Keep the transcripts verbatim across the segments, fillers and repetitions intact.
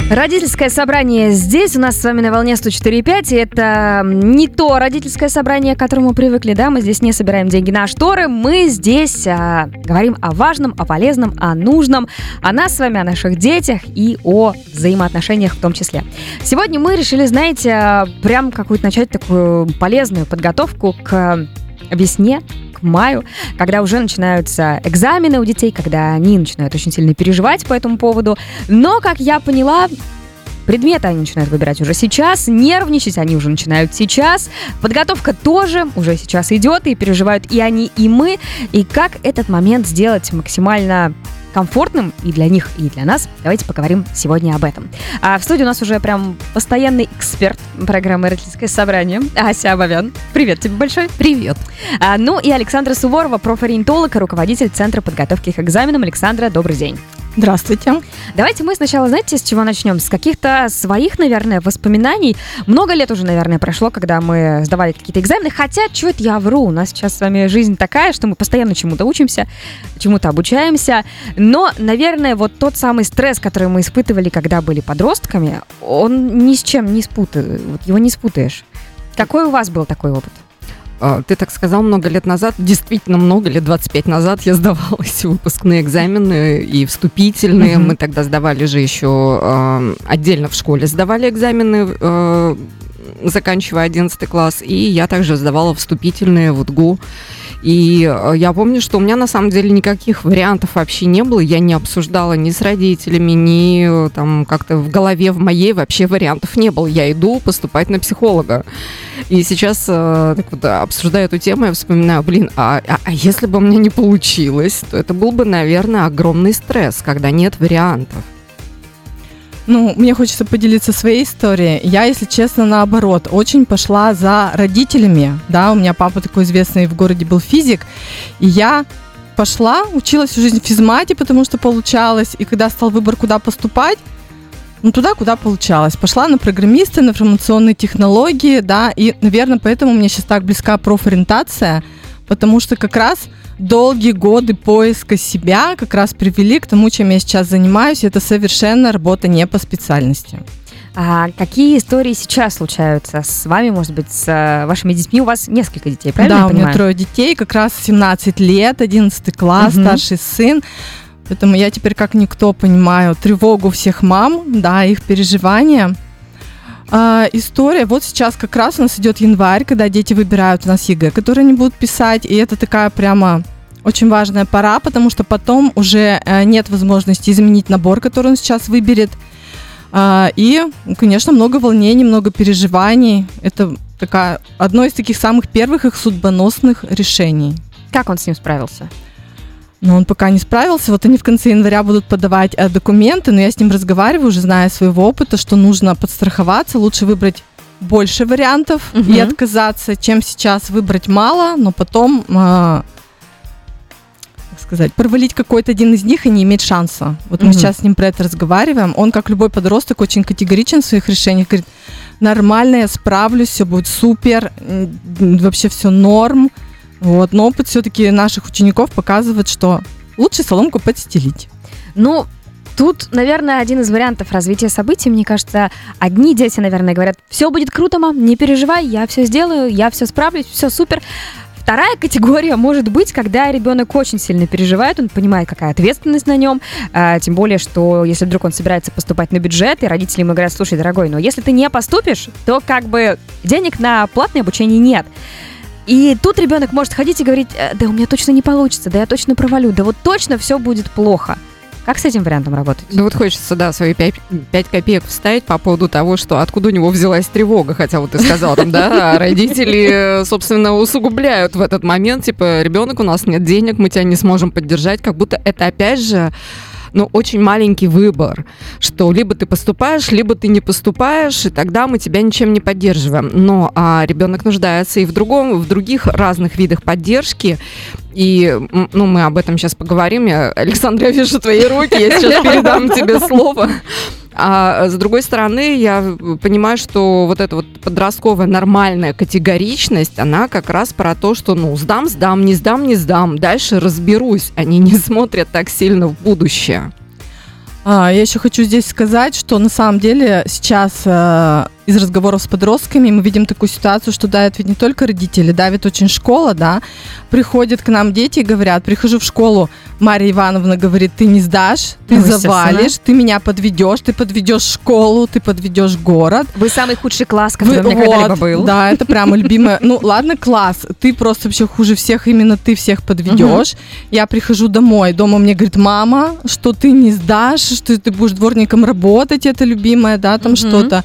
Родительское собрание здесь, у нас с вами на волне сто четыре и пять, и это не то родительское собрание, к которому мы привыкли, да, мы здесь не собираем деньги на шторы, мы здесь а, говорим о важном, о полезном, о нужном, о нас с вами, о наших детях и о взаимоотношениях в том числе. Сегодня мы решили, знаете, прям какую-то начать такую полезную подготовку к весне, к маю, когда уже начинаются экзамены у детей, когда они начинают очень сильно переживать по этому поводу. Но, как я поняла, предметы они начинают выбирать уже сейчас, нервничать они уже начинают сейчас, подготовка тоже уже сейчас идет, и переживают и они, и мы. И как этот момент сделать максимально комфортным и для них, и для нас, давайте поговорим сегодня об этом. А в студии у нас уже прям постоянный эксперт программы «Родительское собрание» Ася Абовян. Привет тебе большой. Привет. А, ну и Александра Суворова, профориентолог и руководитель Центра подготовки к экзаменам. Александра, добрый день. Здравствуйте. Давайте мы сначала, знаете, с чего начнем? С каких-то своих, наверное, воспоминаний. Много лет уже, наверное, прошло, когда мы сдавали какие-то экзамены. Хотя, чего это я вру? У нас сейчас с вами жизнь такая, что мы постоянно чему-то учимся, чему-то обучаемся. Но, наверное, вот тот самый стресс, который мы испытывали, когда были подростками, он ни с чем не спутаешь. Вот его не спутаешь. Какой у вас был такой опыт? Ты так сказал много лет назад, действительно много, лет двадцать пять назад я сдавала эти выпускные экзамены и вступительные. Uh-huh. Мы тогда сдавали же еще э, отдельно в школе, сдавали экзамены, э, заканчивая одиннадцатый класс, и я также сдавала вступительные в УДГУ. И э, я помню, что у меня на самом деле никаких вариантов вообще не было, я не обсуждала ни с родителями, ни там как-то в голове в моей вообще вариантов не было. Я иду поступать на психолога. И сейчас э, так вот, обсуждая эту тему, я вспоминаю, блин, а, а, а если бы у меня не получилось, то это был бы, наверное, огромный стресс, когда нет вариантов. Ну, мне хочется поделиться своей историей. Я, если честно, наоборот, очень пошла за родителями. Да, у меня папа такой известный в городе был физик, и я пошла, училась всю жизнь в физмате, потому что получалось, и когда стал выбор, куда поступать, ну, туда, куда получалось. Пошла на программиста, на информационные технологии, да, и, наверное, поэтому мне сейчас так близка профориентация, потому что как раз долгие годы поиска себя как раз привели к тому, чем я сейчас занимаюсь. Это совершенно работа не по специальности. А какие истории сейчас случаются с вами, может быть, с вашими детьми? У вас несколько детей, правильно да, я понимаю? Да, у меня трое детей, как раз семнадцать лет, одиннадцатый класс, угу. Старший сын. Поэтому я теперь как никто понимаю тревогу всех мам, да, их переживания. А, история, вот сейчас как раз у нас идет январь, когда дети выбирают у нас ЕГЭ, которые они будут писать, и это такая прямо очень важная пора, потому что потом уже э, нет возможности изменить набор, который он сейчас выберет. А, и, конечно, много волнений, много переживаний. Это такая, одно из таких самых первых их судьбоносных решений. Как он с ним справился? Но он пока не справился. Вот они в конце января будут подавать э, документы, но я с ним разговариваю, уже зная своего опыта, что нужно подстраховаться, лучше выбрать больше вариантов угу. и отказаться, чем сейчас выбрать мало, но потом, э, как сказать, провалить какой-то один из них и не иметь шанса. Вот угу. мы сейчас с ним про это разговариваем. Он, как любой подросток, очень категоричен в своих решениях, говорит, нормально, я справлюсь, все будет супер, вообще все норм. Вот, но опыт все-таки наших учеников показывает, что лучше соломку подстелить. Ну, тут, наверное, один из вариантов развития событий, мне кажется, одни дети, наверное, говорят, все будет круто, мам, не переживай, я все сделаю, я все справлюсь, все супер. Вторая категория может быть, когда ребенок очень сильно переживает, он понимает, какая ответственность на нем, а, тем более, что если вдруг он собирается поступать на бюджет, и родители ему говорят, слушай, дорогой, но если ты не поступишь, то как бы денег на платное обучение нет. И тут ребенок может ходить и говорить, да у меня точно не получится, да я точно провалю, да вот точно все будет плохо. Как с этим вариантом работать? Ну вот хочется, да, свои пять копеек вставить по поводу того, что откуда у него взялась тревога, хотя вот ты сказал там, да, родители, собственно, усугубляют в этот момент, типа, ребенок, у нас нет денег, мы тебя не сможем поддержать, как будто это опять же но очень маленький выбор, что либо ты поступаешь, либо ты не поступаешь, и тогда мы тебя ничем не поддерживаем. Но а ребенок нуждается и в другом, в других разных видах поддержки. И, ну, мы об этом сейчас поговорим. Я, Александра, я вижу твои руки, я сейчас передам тебе слово. А с другой стороны, я понимаю, что вот эта вот подростковая нормальная категоричность, она как раз про то, что, ну, сдам, сдам, не сдам, не сдам, дальше разберусь. Они не смотрят так сильно в будущее. А, я еще хочу здесь сказать, что на самом деле сейчас э, из разговоров с подростками мы видим такую ситуацию, что давят ведь не только родители, давит очень школа, да. Приходят к нам дети и говорят, прихожу в школу, Марья Ивановна говорит, ты не сдашь, ты Ну, завалишь, ты меня подведешь, ты подведешь школу, ты подведешь город. Вы самый худший класс, который Вы- у меня вот, когда-либо был. Да, это прямо любимое. Ну, ладно, класс, ты просто вообще хуже всех, именно ты всех подведешь. Я прихожу домой, дома мне говорит, мама, что ты не сдашь, что ты будешь дворником работать, это любимое, да, там Мгм. что-то.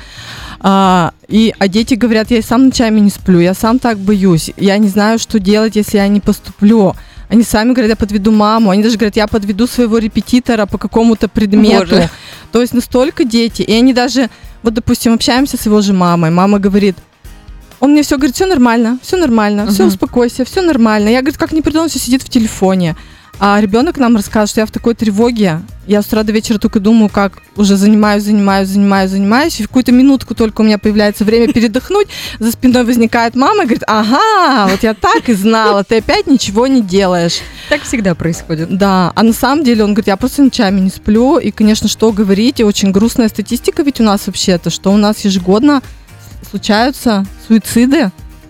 А, и, а дети говорят, я и сам ночами не сплю, я сам так боюсь, я не знаю, что делать, если я не поступлю. Они сами говорят, я подведу маму, они даже говорят, я подведу своего репетитора по какому-то предмету. Боже. То есть настолько дети, и они даже, вот, допустим, общаемся с его же мамой, мама говорит, он мне все говорит, все нормально, все нормально, все, Мгм. успокойся, все нормально. Я, говорит, как не приду, он все сидит в телефоне. А ребенок нам рассказывает, что я в такой тревоге. Я с утра до вечера только думаю, как уже занимаюсь, занимаюсь, занимаюсь, занимаюсь. И в какую-то минутку только у меня появляется время передохнуть, за спиной возникает мама и говорит, ага, вот я так и знала, ты опять ничего не делаешь. Так всегда происходит. Да, а на самом деле он говорит, я просто ночами не сплю. И, конечно, что говорить, и очень грустная статистика ведь у нас вообще-то, что у нас ежегодно случаются суициды.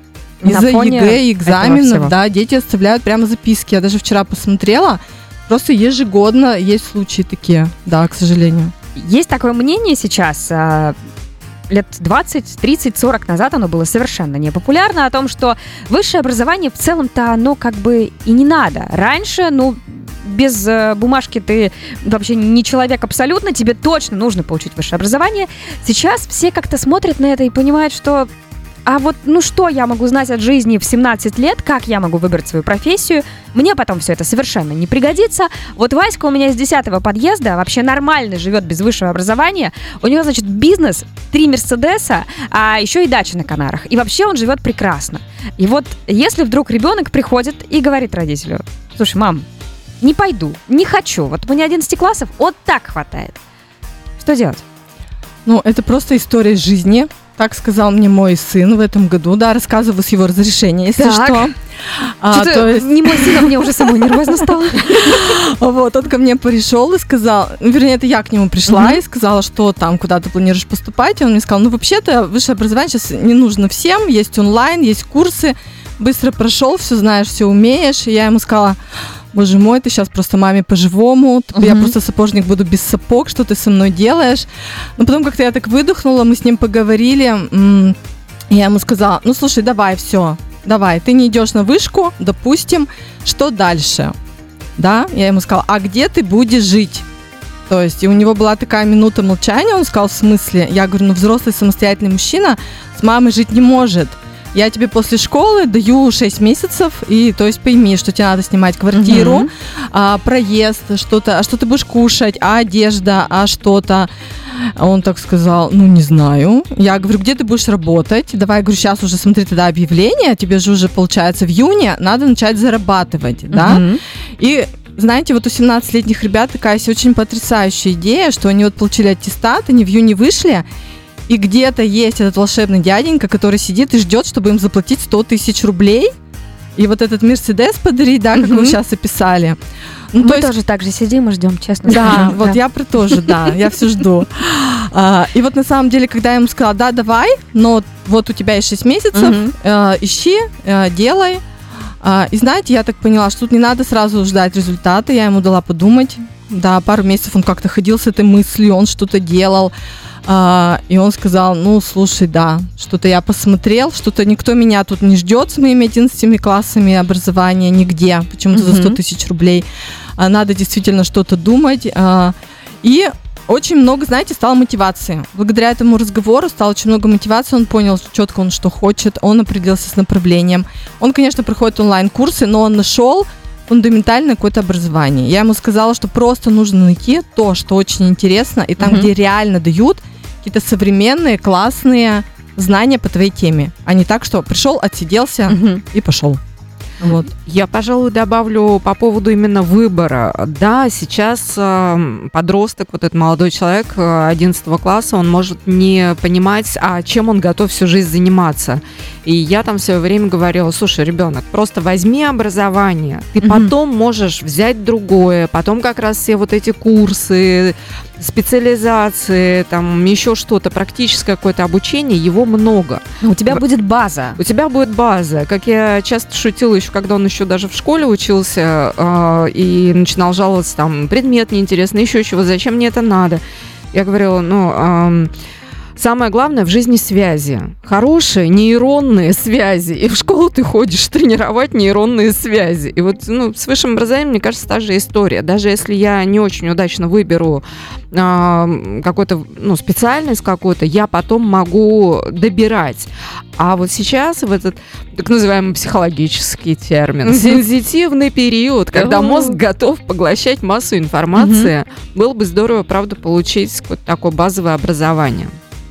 На Из-за фоне ЕГЭ и этого всего. экзаменов, да, дети оставляют прямо записки. Я даже вчера посмотрела, просто ежегодно есть случаи такие, да, к сожалению. Есть такое мнение сейчас, а, лет двадцать, тридцать, сорок назад оно было совершенно непопулярно, о том, что высшее образование в целом-то оно как бы и не надо. Раньше, ну, без э, бумажки ты вообще не человек абсолютно, тебе точно нужно получить высшее образование. Сейчас все как-то смотрят на это и понимают, что а вот, ну что я могу знать от жизни в семнадцать лет, как я могу выбрать свою профессию, мне потом все это совершенно не пригодится. Вот Васька у меня с десятого подъезда вообще нормально живет без высшего образования. У него, значит, бизнес, три Мерседеса, а еще и дача на Канарах. И вообще он живет прекрасно. И вот если вдруг ребенок приходит и говорит родителю, слушай, мам, не пойду, не хочу, вот мне одиннадцать классов вот так хватает. Что делать? Ну, это просто история жизни. Так сказал мне мой сын в этом году. Да, рассказываю с его разрешения, если Так. что. А, Что-то то есть, не мой сын, а мне уже самой нервозно стало. вот, он ко мне пришел и сказал, ну, вернее, это я к нему пришла Мгм. и сказала, что там, куда ты планируешь поступать. И он мне сказал, ну, вообще-то, высшее образование сейчас не нужно всем. Есть онлайн, есть курсы. Быстро прошел, все знаешь, все умеешь. И я ему сказала, боже мой, ты сейчас просто маме по-живому, я Мгм. просто сапожник буду без сапог, что ты со мной делаешь? Но потом как-то я так выдохнула, мы с ним поговорили, м, и я ему сказала, ну слушай, давай, все, давай, ты не идешь на вышку, допустим, что дальше? Да, я ему сказала, а где ты будешь жить? То есть, и у него была такая минута молчания, он сказал, в смысле? Я говорю, ну взрослый самостоятельный мужчина с мамой жить не может. Я тебе после школы даю шесть месяцев, и то есть пойми, что тебе надо снимать квартиру, Мгм. а, проезд, что-то, а что ты будешь кушать, а одежда, а что-то. А он так сказал, ну не знаю. Я говорю, где ты будешь работать? Давай, говорю, сейчас уже смотри тогда объявление, тебе же уже получается в июне, надо начать зарабатывать, да? Мгм. И знаете, вот у семнадцатилетних ребят такая есть очень потрясающая идея, что они вот получили аттестат, они в июне вышли, и где-то есть этот волшебный дяденька, который сидит и ждет, чтобы им заплатить сто тысяч рублей. И вот этот Мерседес подарить, да, как Мгм. вы сейчас описали. Ну, Мы то есть- тоже так же сидим и ждем, честно да, скажу. вот я про то же, да, я все жду. А, и вот на самом деле, когда я ему сказала, да, давай, но вот у тебя есть шесть месяцев, Мгм. э, ищи, э, делай. А, и знаете, я так поняла, что тут не надо сразу ждать результата, я ему дала подумать. Да, пару месяцев он как-то ходил с этой мыслью, он что-то делал. А, и он сказал, ну, слушай, да, что-то я посмотрел, что-то никто меня тут не ждет с моими одиннадцатими классами образования нигде, почему-то за сто Мгм. тысяч рублей. А, надо действительно что-то думать. А, и очень много, знаете, стало мотивации. Благодаря этому разговору стало очень много мотивации, он понял четко, он что хочет, он определился с направлением. Он, конечно, проходит онлайн-курсы, но он нашел фундаментальное какое-то образование. Я ему сказала, что просто нужно найти то, что очень интересно, и там, Мгм. где реально дают какие-то современные, классные знания по твоей теме, а не так, что пришел, отсиделся Мгм. и пошел. Вот. Я, пожалуй, добавлю по поводу именно выбора. Да, сейчас э, подросток, вот этот молодой человек одиннадцатого класса, он может не понимать, а чем он готов всю жизнь заниматься. И я там в свое время говорила: слушай, ребенок, просто возьми образование, ты mm-hmm. потом можешь взять другое, потом как раз все вот эти курсы, специализации, там еще что-то, практическое какое-то обучение, его много. У тебя будет база. У тебя будет база. Как я часто шутила еще, когда он еще даже в школе учился э, и начинал жаловаться, там, предмет неинтересный, еще чего, зачем мне это надо? Я говорила, ну... Э, самое главное в жизни связи. Хорошие нейронные связи. И в школу ты ходишь тренировать нейронные связи. И вот ну, с высшим образованием, мне кажется, та же история. Даже если я не очень удачно выберу э, какую-то ну, специальность какую-то, я потом могу добирать. А вот сейчас в этот так называемый психологический термин, mm-hmm. сенситивный период, когда oh. мозг готов поглощать массу информации, mm-hmm. было бы здорово, правда, получить какое-то такое базовое образование.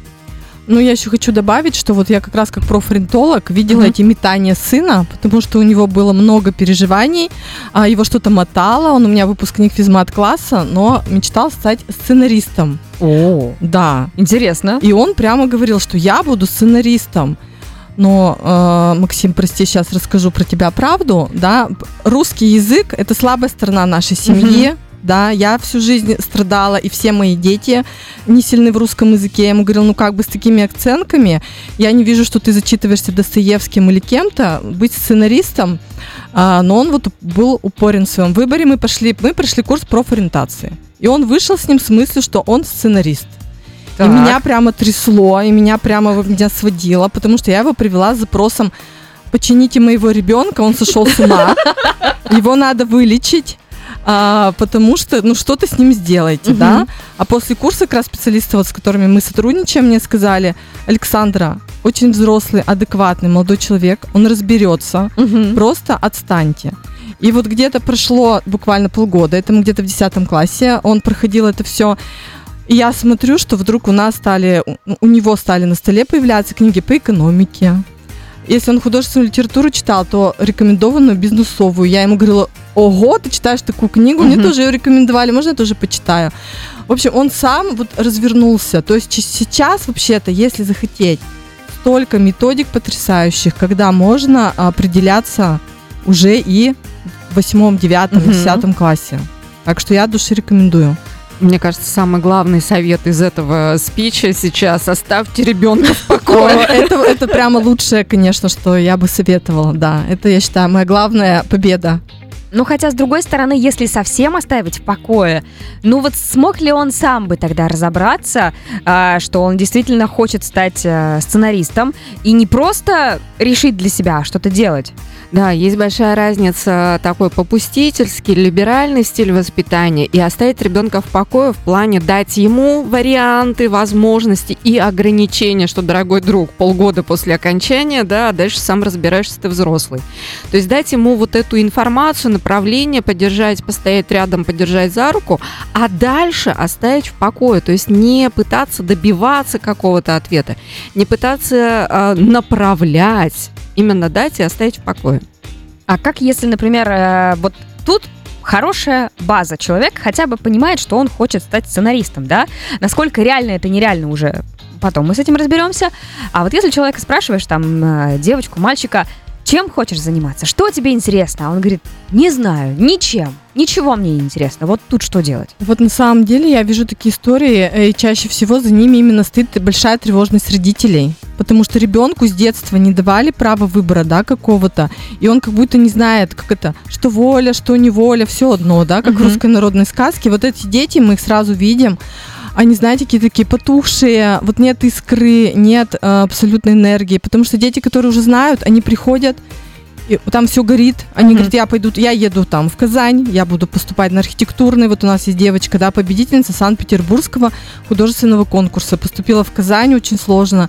Ну, я еще хочу добавить, что вот я как раз как профориентолог видела mm-hmm. эти метания сына, потому что у него было много переживаний, а его что-то мотало, он у меня выпускник физмат-класса, но мечтал стать сценаристом. О, да. Интересно. И он прямо говорил, что я буду сценаристом. Но, э, Максим, прости, сейчас расскажу про тебя правду, да, русский язык – это слабая сторона нашей семьи, mm-hmm. да, я всю жизнь страдала, и все мои дети не сильны в русском языке. Я ему говорила, ну как бы с такими акцентами, я не вижу, что ты зачитываешься Достоевским или кем-то, быть сценаристом, а, но он вот был упорен в своем выборе. Мы пошли, мы прошли курс профориентации, и он вышел с ним с мыслью, что он сценарист. Так. И меня прямо трясло, и меня прямо меня сводило, потому что я его привела с запросом: почините моего ребенка, он сошел с ума, его надо вылечить. А, потому что, ну, что-то с ним сделаете, uh-huh. да? А после курса как раз специалисты, вот, с которыми мы сотрудничаем, мне сказали: Александра, очень взрослый, адекватный молодой человек, он разберется, uh-huh. просто отстаньте. И вот где-то прошло буквально полгода, это мы где-то в десятом классе, он проходил это все. И я смотрю, что вдруг у нас стали, у него стали на столе появляться книги по экономике. Если он художественную литературу читал, то рекомендованную бизнесовую. Я ему говорила: ого, ты читаешь такую книгу, uh-huh. мне тоже ее рекомендовали, можно я тоже почитаю? В общем, он сам вот развернулся. То есть сейчас вообще-то, если захотеть, столько методик потрясающих, когда можно определяться уже и в восьмом, девятом, uh-huh. десятом классе. Так что я от души рекомендую. Мне кажется, самый главный совет из этого спича сейчас: оставьте ребенка в покое. Это, это прямо лучшее, конечно, что я бы советовала, да. Это, я считаю, моя главная победа. Ну, хотя, с другой стороны, если совсем оставить в покое, ну вот смог ли он сам бы тогда разобраться, э, что он действительно хочет стать э, сценаристом и не просто решить для себя что-то делать? Да, есть большая разница, такой попустительский, либеральный стиль воспитания и оставить ребенка в покое в плане дать ему варианты, возможности и ограничения, что, дорогой друг, полгода после окончания, да, а дальше сам разбираешься, ты взрослый. То есть дать ему вот эту информацию, направление, поддержать, постоять рядом, поддержать за руку, а дальше оставить в покое. То есть не пытаться добиваться какого-то ответа, не пытаться э, направлять, именно дать и оставить в покое. А как если, например, э, вот тут хорошая база, человек хотя бы понимает, что он хочет стать сценаристом, да? Насколько реально это нереально уже, потом мы с этим разберемся. А вот если человека спрашиваешь, там, э, девочку, мальчика, чем хочешь заниматься, что тебе интересно? А он говорит: не знаю, ничем, ничего мне не интересно. Вот тут что делать? Вот на самом деле я вижу такие истории, и чаще всего за ними именно стоит большая тревожность родителей. Потому что ребенку с детства не давали права выбора, да, какого-то, и он как будто не знает, как это, что воля, что неволя, все одно, да, как uh-huh. в русской народной сказке. Вот эти дети, мы их сразу видим, они, знаете, какие-то такие потухшие, вот нет искры, нет э, абсолютной энергии, потому что дети, которые уже знают, они приходят, и там все горит, они mm-hmm. говорят: я пойду, я еду там в Казань, я буду поступать на архитектурный, вот у нас есть девочка, да, победительница Санкт-Петербургского художественного конкурса, поступила в Казань, очень сложно.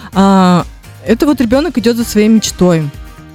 А, это вот ребенок идет за своей мечтой.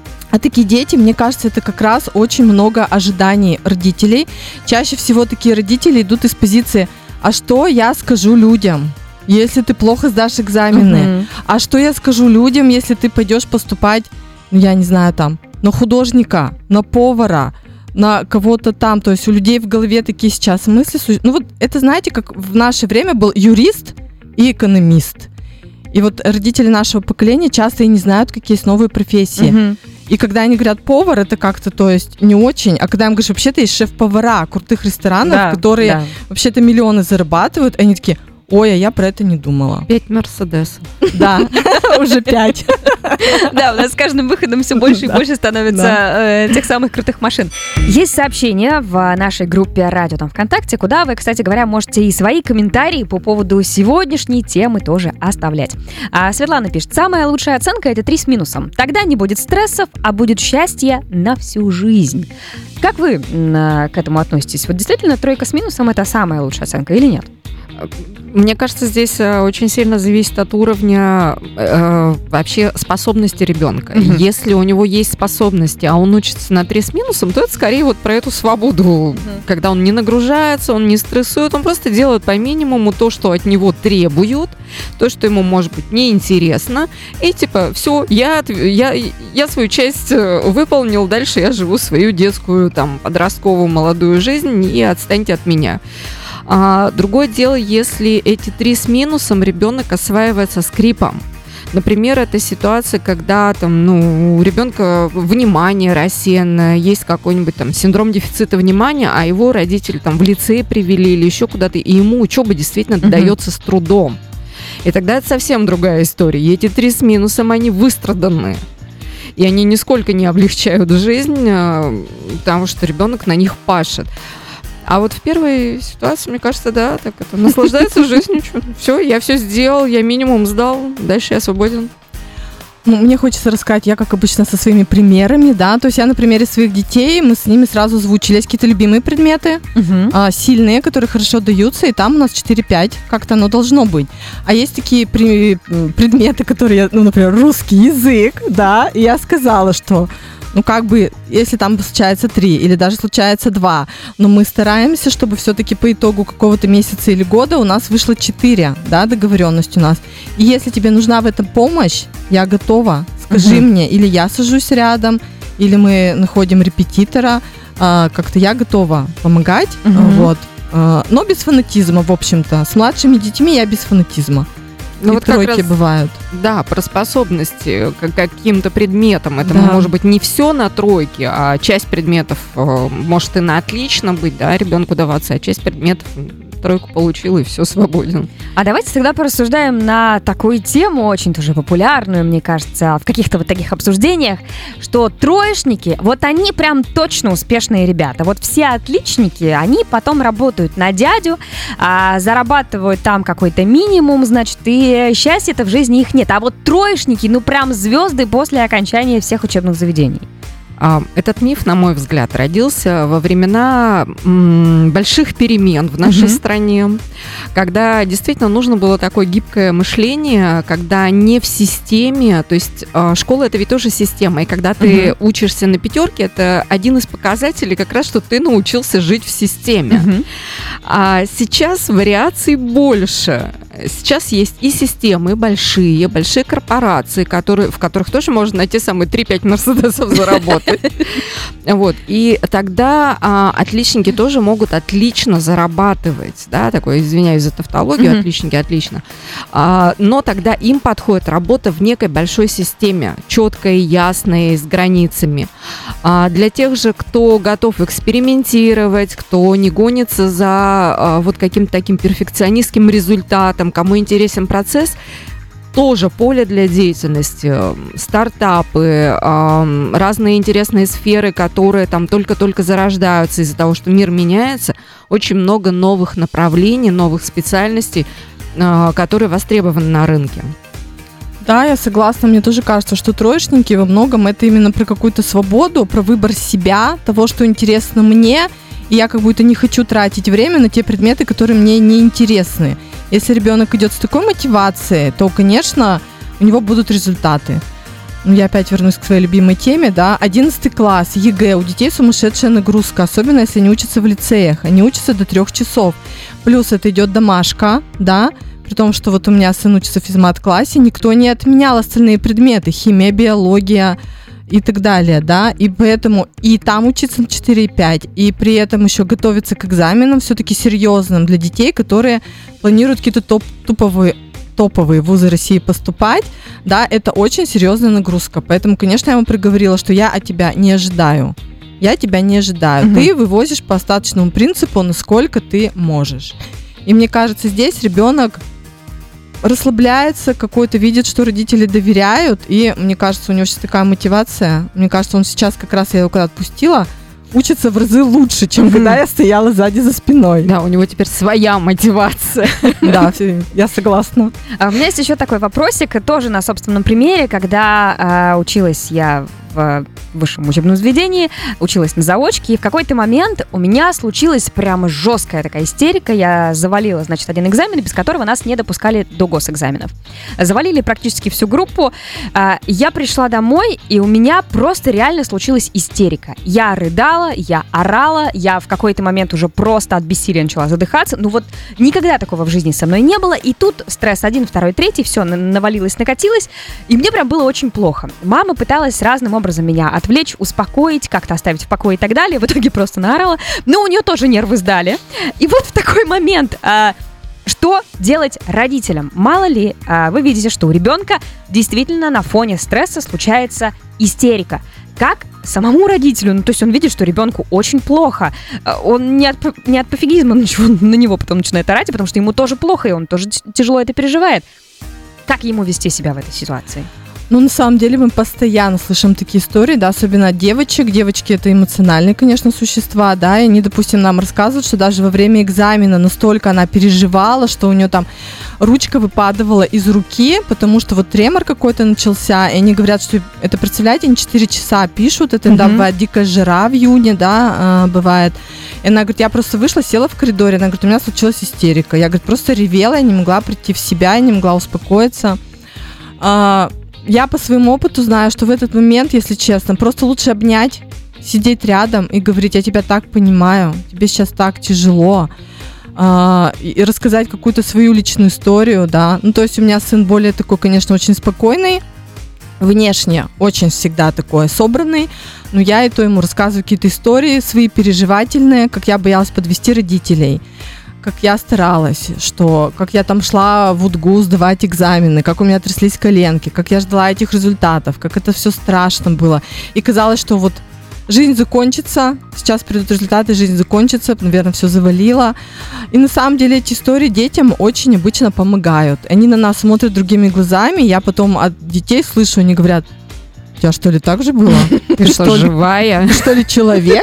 А такие дети, мне кажется, это как раз очень много ожиданий родителей. Чаще всего такие родители идут из позиции: а что я скажу людям, если ты плохо сдашь экзамены? Uh-huh. А что я скажу людям, если ты пойдешь поступать, ну, я не знаю, там, на художника, на повара, на кого-то там. То есть у людей в голове такие сейчас мысли. Ну вот это, знаете, как в наше время был юрист и экономист. И вот родители нашего поколения часто и не знают, какие есть новые профессии. Uh-huh. И когда они говорят повар, это как-то, то есть, не очень. А когда им говоришь, вообще-то есть шеф-повара крутых ресторанов, да, которые да. вообще-то миллионы зарабатывают, они такие: ой, а я про это не думала. Пять Мерседесов. Да, уже пять. Да, у нас с каждым выходом все больше и больше становится тех самых крутых машин. Есть сообщение в нашей группе «Радио» там ВКонтакте, куда вы, кстати говоря, можете и свои комментарии по поводу сегодняшней темы тоже оставлять. А Светлана пишет: самая лучшая оценка — это три с минусом. Тогда не будет стрессов, а будет счастье на всю жизнь. Как вы к этому относитесь? Вот действительно тройка с минусом — это самая лучшая оценка или нет? Мне кажется, здесь очень сильно зависит от уровня э, вообще способности ребенка. Mm-hmm. Если у него есть способности, а он учится на три с минусом, то это скорее вот про эту свободу, mm-hmm. когда он не нагружается, он не стрессует, он просто делает по минимуму то, что от него требуют, то, что ему, может быть, неинтересно, и типа все, я, я, я свою часть выполнил, дальше я живу свою детскую, там, подростковую, молодую жизнь, и отстаньте от меня. А другое дело, если эти три с минусом ребенок осваивается скрипом. Например, это ситуация, когда там, ну, у ребенка внимание рассеянное, есть какой-нибудь там синдром дефицита внимания, а его родители там в лицей привели или еще куда-то, и ему учеба действительно mm-hmm. дается с трудом. И тогда это совсем другая история. И эти три с минусом, они выстраданы. И они нисколько не облегчают жизнь, потому что ребенок на них пашет. А вот в первой ситуации, мне кажется, да, так это наслаждается жизнью. Все, я все сделал, я минимум сдал, дальше я свободен. Ну, мне хочется рассказать, я, как обычно, со своими примерами, да, то есть я на примере своих детей, мы с ними сразу озвучили, есть какие-то любимые предметы, uh-huh. а, сильные, которые хорошо даются, и там у нас четыре-пять, как-то оно должно быть. А есть такие при, предметы, которые, ну, например, русский язык, да, и я сказала, что ну, как бы, если там случается три или даже случается два, но мы стараемся, чтобы все-таки по итогу какого-то месяца или года у нас вышло четыре, да, договоренность у нас. И если тебе нужна в этом помощь, я готова, скажи uh-huh. мне, или я сажусь рядом, или мы находим репетитора, а, как-то я готова помогать, uh-huh. вот, а, но без фанатизма, в общем-то. С младшими детьми я без фанатизма. Ну, и вот тройки как раз, бывают. Да, про способности к каким-то предметам. Это да. может быть не все на тройке, а часть предметов э, может и на отлично быть, да, ребенку даваться, а часть предметов тройку получил и все, свободен. А давайте тогда порассуждаем на такую тему, очень тоже популярную, мне кажется, в каких-то вот таких обсуждениях, что троечники, вот они прям точно успешные ребята. Вот все отличники, они потом работают на дядю, а, зарабатывают там какой-то минимум, значит, и счастья-то в жизни их нет. А вот троечники, ну прям звезды после окончания всех учебных заведений. Этот миф, на мой взгляд, родился во времена м, больших перемен в нашей mm-hmm. стране, когда действительно нужно было такое гибкое мышление, когда не в системе, то есть школа — это ведь тоже система, и когда ты mm-hmm. учишься на пятерке, это один из показателей как раз, что ты научился жить в системе. Mm-hmm. А сейчас вариаций больше. Сейчас есть и системы большие, большие корпорации, которые, в которых тоже можно найти самые три-пять мерседесов заработать. Вот. И тогда а, отличники тоже могут отлично зарабатывать. Да, такое, извиняюсь за тавтологию, mm-hmm. отличники отлично. А, но тогда им подходит работа в некой большой системе, четкой, ясной, с границами. А для тех же, кто готов экспериментировать, кто не гонится за а, вот каким-то таким перфекционистским результатом, кому интересен процесс, тоже поле для деятельности, стартапы, разные интересные сферы, которые там только-только зарождаются из-за того, что мир меняется, очень много новых направлений, новых специальностей, которые востребованы на рынке. Да, я согласна. Мне тоже кажется, что троечники во многом это именно про какую-то свободу, про выбор себя, того, что интересно мне, и я как будто не хочу тратить время на те предметы, которые мне не интересны. Если ребенок идет с такой мотивацией, то, конечно, у него будут результаты. Ну, я опять вернусь к своей любимой теме, да. одиннадцатый класс, ЕГЭ, у детей сумасшедшая нагрузка, особенно если они учатся в лицеях. Они учатся до трех часов. Плюс это идет домашка, да, при том, что вот у меня сын учится в физмат-классе, никто не отменял остальные предметы. Химия, биология и так далее, да, и поэтому и там учиться на четыре и пять, и при этом еще готовиться к экзаменам все-таки серьезным для детей, которые планируют какие-то топ топовые топовые вузы России поступать, да, это очень серьезная нагрузка. Поэтому, конечно, я ему приговорила, что я от тебя не ожидаю. Я тебя не ожидаю. Угу. Ты вывозишь по остаточному принципу, насколько ты можешь. И мне кажется, здесь ребенок расслабляется, какой-то видит, что родители доверяют, и мне кажется, у него сейчас такая мотивация. Мне кажется, он сейчас как раз, я его когда отпустила, учится в разы лучше, чем mm-hmm. когда я стояла сзади за спиной. Да, у него теперь своя мотивация. Да, я согласна. А у меня есть еще такой вопросик, тоже на собственном примере, когда э, училась я в высшем учебном заведении, училась на заочке, и в какой-то момент у меня случилась прямо жесткая такая истерика. Я завалила, значит, один экзамен, без которого нас не допускали до госэкзаменов. Завалили практически всю группу. Я пришла домой, и у меня просто реально случилась истерика. Я рыдала, я орала, я в какой-то момент уже просто от бессилия начала задыхаться. Ну вот никогда такого в жизни со мной не было. И тут стресс один, второй, третий, все навалилось, накатилось, и мне прям было очень плохо. Мама пыталась разным образом меня отвлечь, успокоить, как-то оставить в покое и так далее. В итоге просто наорала. Но у нее тоже нервы сдали. И вот в такой момент... А, что делать родителям? Мало ли, а, вы видите, что у ребенка действительно на фоне стресса случается истерика. Как самому родителю, ну то есть он видит, что ребенку очень плохо, он не от, не от пофигизма ничего, на него потом начинает орать, потому что ему тоже плохо, и он тоже тяжело это переживает. Как ему вести себя в этой ситуации? Ну, на самом деле, мы постоянно слышим такие истории, да, особенно от девочек. Девочки — это эмоциональные, конечно, существа, да, и они, допустим, нам рассказывают, что даже во время экзамена настолько она переживала, что у нее там ручка выпадывала из руки, потому что вот тремор какой-то начался, и они говорят, что это, представляете, они четыре часа пишут, это иногда mm-hmm. бывает дикая жара в июне, да, бывает. И она говорит, я просто вышла, села в коридоре, она говорит, у меня случилась истерика. Я, говорит, просто ревела, я не могла прийти в себя, я не могла успокоиться. Я по своему опыту знаю, что в этот момент, если честно, просто лучше обнять, сидеть рядом и говорить, я тебя так понимаю, тебе сейчас так тяжело, э, и рассказать какую-то свою личную историю, да. Ну, то есть у меня сын более такой, конечно, очень спокойный, внешне очень всегда такой собранный, но я и то ему рассказываю какие-то истории свои переживательные, как я боялась подвести родителей, как я старалась, что как я там шла в УДГУ сдавать экзамены, как у меня тряслись коленки, как я ждала этих результатов, как это все страшно было. И казалось, что вот жизнь закончится, сейчас придут результаты, жизнь закончится, наверное, все завалило. И на самом деле эти истории детям очень обычно помогают. Они на нас смотрят другими глазами, я потом от детей слышу, они говорят, у тебя что ли так же было? Ты что, живая? Ты что ли человек?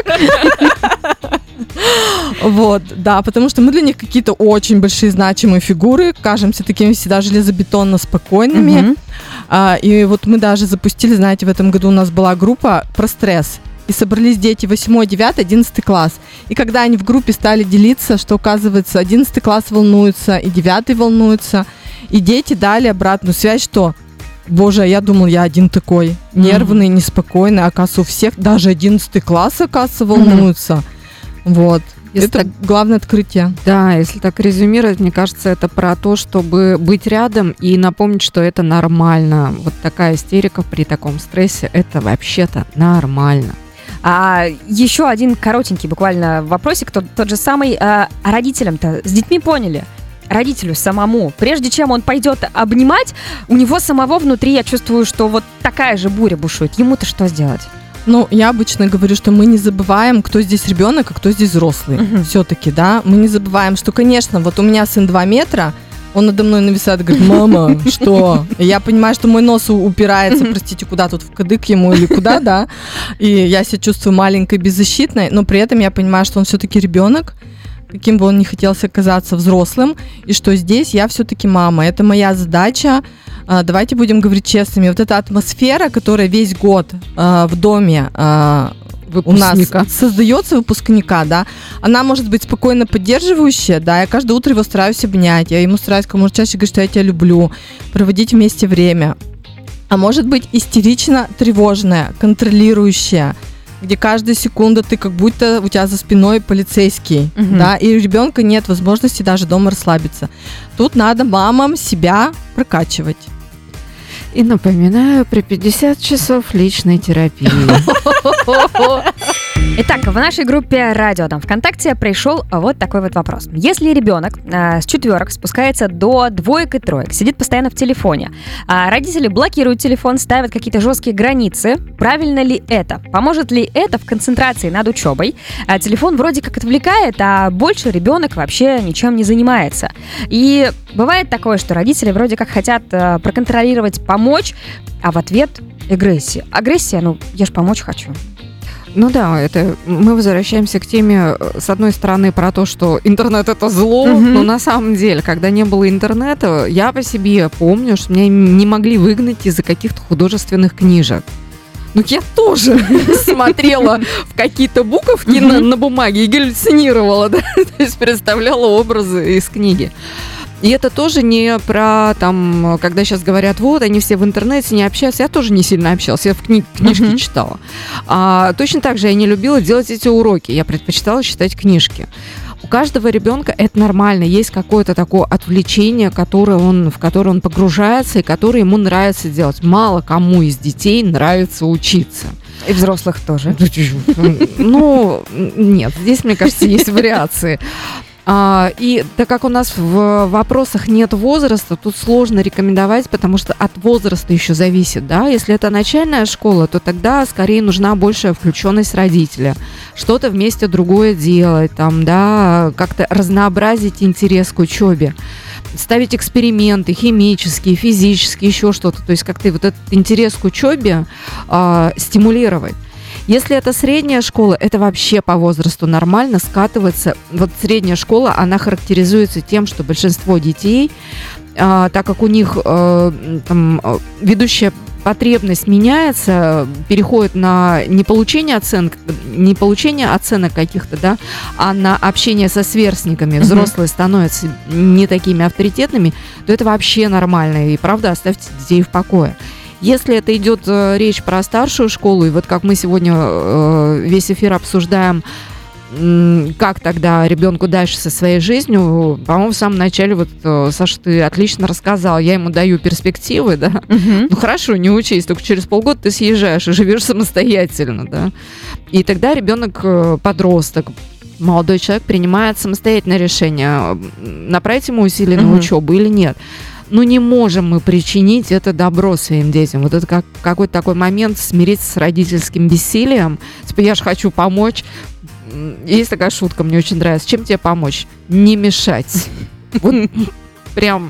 Вот, да, потому что мы для них какие-то очень большие значимые фигуры, кажемся такими всегда железобетонно спокойными. Uh-huh. А, и вот мы даже запустили, знаете, в этом году у нас была группа про стресс. И собрались дети восьмой, девятый, одиннадцатый класс. И когда они в группе стали делиться, что, оказывается, одиннадцатый класс волнуется, и девятый волнуется, и дети дали обратную связь, что боже, я думал, я один такой, нервный, mm-hmm. неспокойный, а оказывается, у всех, даже одиннадцатый класс, оказывается, волнуются. Mm-hmm. Вот. Если это так, главное открытие. Да, если так резюмировать, мне кажется, это про то, чтобы быть рядом и напомнить, что это нормально. Вот такая истерика при таком стрессе, это вообще-то нормально. А еще один коротенький буквально вопросик, тот, тот же самый. А родителям-то с детьми поняли? Родителю самому, прежде чем он пойдет обнимать, у него самого внутри, я чувствую, что вот такая же буря бушует. Ему-то что сделать? Ну, я обычно говорю, что мы не забываем, кто здесь ребенок, а кто здесь взрослый. Uh-huh. Все-таки, да. Мы не забываем, что, конечно, вот у меня сын два метра, он надо мной нависает и говорит, мама, что? И я понимаю, что мой нос упирается, простите, куда тут, в кадык ему или куда, да. И я себя чувствую маленькой, беззащитной, но при этом я понимаю, что он все-таки ребенок, каким бы он ни хотел оказаться взрослым, и что здесь я все-таки мама. Это моя задача. Давайте будем говорить честными. Вот эта атмосфера, которая весь год э, в доме э, у нас создается, выпускника, да, она может быть спокойно поддерживающая, да, я каждое утро его стараюсь обнять, я ему стараюсь как можно чаще говорить, что я тебя люблю, проводить вместе время. А может быть истерично тревожная, контролирующая, где каждая секунда ты как будто у тебя за спиной полицейский, угу. да, и у ребенка нет возможности даже дома расслабиться. Тут надо мамам себя прокачивать. И напоминаю, при пятьдесят часов личной терапии. Итак, в нашей группе «Радио Дом ВКонтакте» пришел вот такой вот вопрос. Если ребенок э, с четверок спускается до двоек и троек, сидит постоянно в телефоне, а родители блокируют телефон, ставят какие-то жесткие границы, правильно ли это? Поможет ли это в концентрации над учебой? А телефон вроде как отвлекает, а больше ребенок вообще ничем не занимается. И бывает такое, что родители вроде как хотят э, проконтролировать, помочь, а в ответ агрессия. Агрессия, ну, я ж помочь хочу. Ну да, это мы возвращаемся к теме, с одной стороны, про то, что интернет — это зло, mm-hmm. но на самом деле, когда не было интернета, я по себе помню, что меня не могли выгнать из-за каких-то художественных книжек. Ну, я тоже смотрела в какие-то буковки на бумаге и галлюцинировала, да, то есть представляла образы из книги. И это тоже не про, там, когда сейчас говорят, вот, они все в интернете не общаются. Я тоже не сильно общалась, я в кни- книжки uh-huh. читала. А, точно так же я не любила делать эти уроки. Я предпочитала читать книжки. У каждого ребенка это нормально. Есть какое-то такое отвлечение, которое он, в которое он погружается и которое ему нравится делать. Мало кому из детей нравится учиться. И взрослых тоже. Ну, нет, здесь, мне кажется, есть вариации. А, и так как у нас в вопросах нет возраста, тут сложно рекомендовать, потому что от возраста еще зависит, да. Если это начальная школа, то тогда скорее нужна большая включенность родителя, что-то вместе другое делать, там, да, как-то разнообразить интерес к учебе, ставить эксперименты химические, физические, еще что-то, то есть как-то вот этот интерес к учебе а, стимулировать. Если это средняя школа, это вообще по возрасту нормально скатывается. Вот средняя школа, она характеризуется тем, что большинство детей, э, так как у них э, там, ведущая потребность меняется, переходит на не получение оценок, не получение оценок каких-то, да, а на общение со сверстниками. Взрослые становятся не такими авторитетными, то это вообще нормально. И правда, оставьте детей в покое. Если это идет э, речь про старшую школу, и вот как мы сегодня э, весь эфир обсуждаем, э, как тогда ребенку дальше со своей жизнью, по-моему, в самом начале, вот, э, Саша, ты отлично рассказала, я ему даю перспективы, да, uh-huh. ну хорошо, не учись, только через полгода ты съезжаешь и живешь самостоятельно, да, и тогда ребенок, э, подросток, молодой человек принимает самостоятельное решение, направить ему усилия uh-huh. на учебу или нет. Ну, не можем мы причинить это добро своим детям. Вот это как, какой-то такой момент смириться с родительским бессилием. Типа, я же хочу помочь. Есть такая шутка, мне очень нравится. Чем тебе помочь? Не мешать. Вот прям...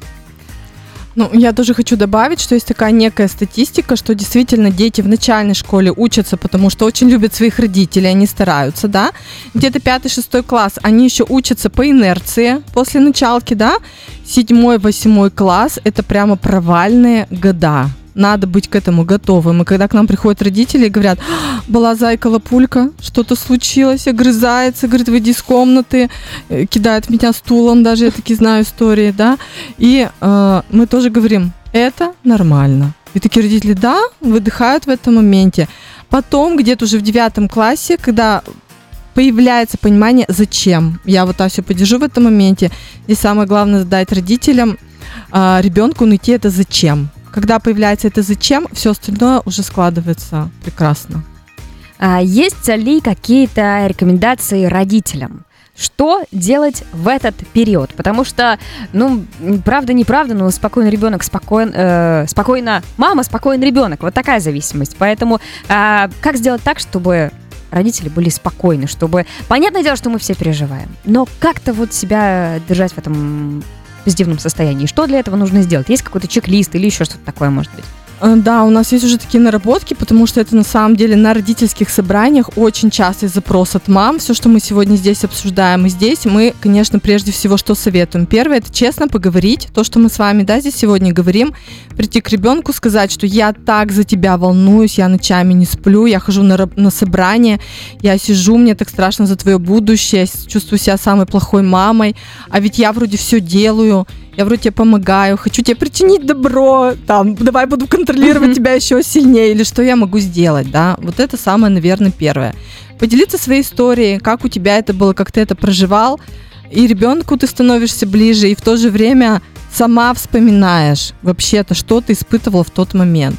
Ну, я тоже хочу добавить, что есть такая некая статистика, что действительно дети в начальной школе учатся, потому что очень любят своих родителей, они стараются, да. Где-то пятый-шестой класс, они еще учатся по инерции после началки, да. Седьмой, восьмой класс – это прямо провальные года. Надо быть к этому готовым. И когда к нам приходят родители и говорят, была зайка-лапулька, что-то случилось, огрызается, говорит, выйди из комнаты, кидает меня стулом, даже я такие знаю истории, да. И э, мы тоже говорим, это нормально. И такие родители, да, выдыхают в этом моменте. Потом где-то уже в девятом классе, когда появляется понимание, зачем. Я вот Асю поддержу в этом моменте. Здесь самое главное задать родителям, э, ребенку найти это зачем. Когда появляется это зачем, все остальное уже складывается прекрасно. А есть ли какие-то рекомендации родителям? Что делать в этот период? Потому что, ну, правда, неправда, но спокойный ребенок, спокойно, э, спокойно мама, спокойный ребенок. Вот такая зависимость. Поэтому э, как сделать так, чтобы родители были спокойны, чтобы... Понятное дело, что мы все переживаем, но как-то вот себя держать в этом позитивном состоянии. Что для этого нужно сделать? Есть какой-то чек-лист или еще что-то такое, может быть? Да, у нас есть уже такие наработки, потому что это на самом деле на родительских собраниях очень частый запрос от мам. Все, что мы сегодня здесь обсуждаем, и здесь мы, конечно, прежде всего, что советуем. Первое, это честно поговорить, то, что мы с вами, да, здесь сегодня говорим, прийти к ребенку, сказать, что я так за тебя волнуюсь, я ночами не сплю, я хожу на, на собрание, я сижу, мне так страшно за твое будущее, я чувствую себя самой плохой мамой, а ведь я вроде все делаю, я вроде тебе помогаю, хочу тебе причинить добро, там, давай буду контролировать тебя еще сильнее, или что я могу сделать, да, вот это самое, наверное, первое. Поделиться своей историей, как у тебя это было, как ты это проживал, и ребенку ты становишься ближе, и в то же время сама вспоминаешь вообще-то, что ты испытывала в тот момент.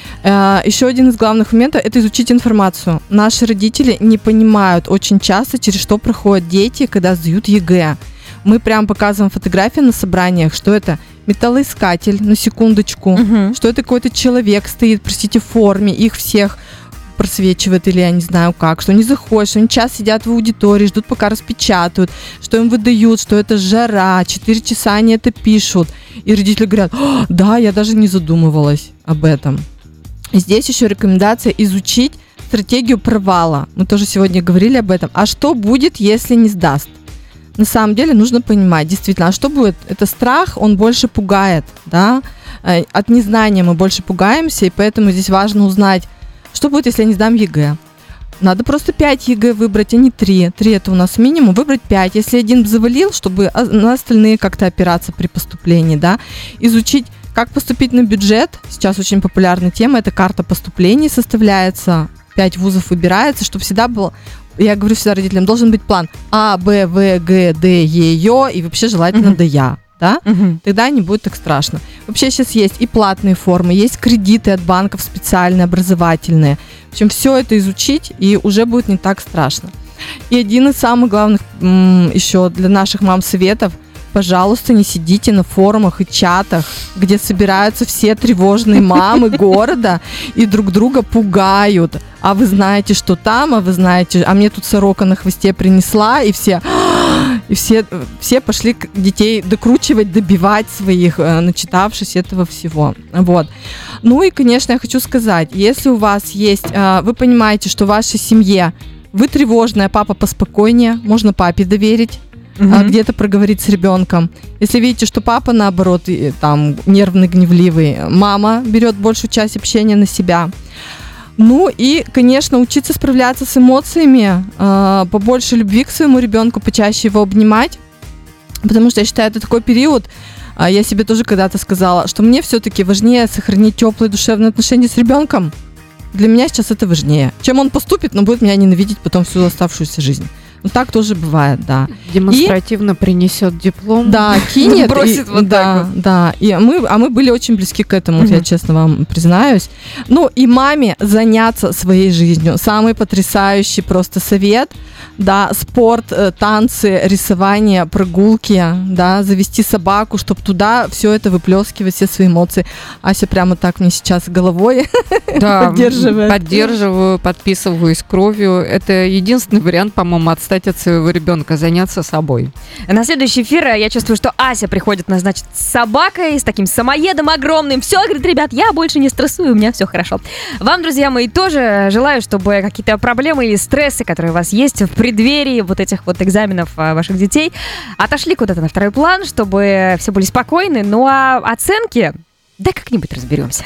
Еще один из главных моментов – это изучить информацию. Наши родители не понимают очень часто, через что проходят дети, когда сдают ЕГЭ. Мы прям показываем фотографии на собраниях, что это металлоискатель, на секундочку, угу. что это какой-то человек стоит, простите, в форме, их всех просвечивает или я не знаю как, что они заходят, что они час сидят в аудитории, ждут, пока распечатают, что им выдают, что это жара, четыре часа они это пишут. И родители говорят: да, я даже не задумывалась об этом. И здесь еще рекомендация изучить стратегию провала. Мы тоже сегодня говорили об этом. А что будет, если не сдаст? На самом деле нужно понимать, действительно, а что будет? Это страх, он больше пугает, да? От незнания мы больше пугаемся, и поэтому здесь важно узнать, что будет, если я не сдам ЕГЭ. Надо просто пять ЕГЭ выбрать, а не три. три это у нас минимум, выбрать пять. Если один завалил, чтобы на остальные как-то опираться при поступлении, да? Изучить, как поступить на бюджет. Сейчас очень популярная тема, это карта поступлений составляется, пять вузов выбирается, чтобы всегда был, я говорю всегда родителям, должен быть план А, Б, В, Г, Д, Е, Ё, и вообще желательно mm-hmm. Д, Я. Да? Угу. Тогда не будет так страшно. Вообще сейчас есть и платные формы, есть кредиты от банков специальные, образовательные. В общем, все это изучить, и уже будет не так страшно. И один из самых главных м- еще для наших мам советов: пожалуйста, не сидите на форумах и чатах, где собираются все тревожные мамы города и друг друга пугают. А вы знаете, что там, а вы знаете, а мне тут сорока на хвосте принесла, и все, и все, все пошли детей докручивать, добивать своих, начитавшись этого всего. Вот. Ну и, конечно, я хочу сказать, если у вас есть, вы понимаете, что в вашей семье вы тревожная, папа поспокойнее, можно папе доверить, Uh-huh. где-то проговорить с ребенком. Если видите, что папа, наоборот, там нервный, гневливый, мама берет большую часть общения на себя. Ну и, конечно, учиться справляться с эмоциями, э, побольше любви к своему ребенку, почаще его обнимать, потому что я считаю, это такой период, э, я себе тоже когда-то сказала, что мне все-таки важнее сохранить теплые душевные отношения с ребенком. Для меня сейчас это важнее. Чем он поступит, но будет меня ненавидеть потом всю оставшуюся жизнь. Ну, так тоже бывает, да. Демонстративно и, принесет диплом. Да, кинет. Бросит и, вот да, так вот. Да, и мы, а мы были очень близки к этому, угу. я честно вам признаюсь. Ну, и маме заняться своей жизнью. Самый потрясающий просто совет. Да, спорт, танцы, рисование, прогулки, да, завести собаку, чтобы туда все это выплескивать, все свои эмоции. Ася прямо так мне сейчас головой да, поддерживает. Поддерживаю, подписываюсь кровью. Это единственный вариант, по-моему, отстать от своего ребенка, заняться собой. На следующий эфир я чувствую, что Ася приходит нас, значит, с собакой, с таким самоедом огромным. Все, говорит, ребят, я больше не стрессую, у меня все хорошо. Вам, друзья мои, тоже желаю, чтобы какие-то проблемы или стрессы, которые у вас есть в преддверии вот этих вот экзаменов ваших детей, отошли куда-то на второй план, чтобы все были спокойны. Ну а оценки, да как-нибудь разберемся.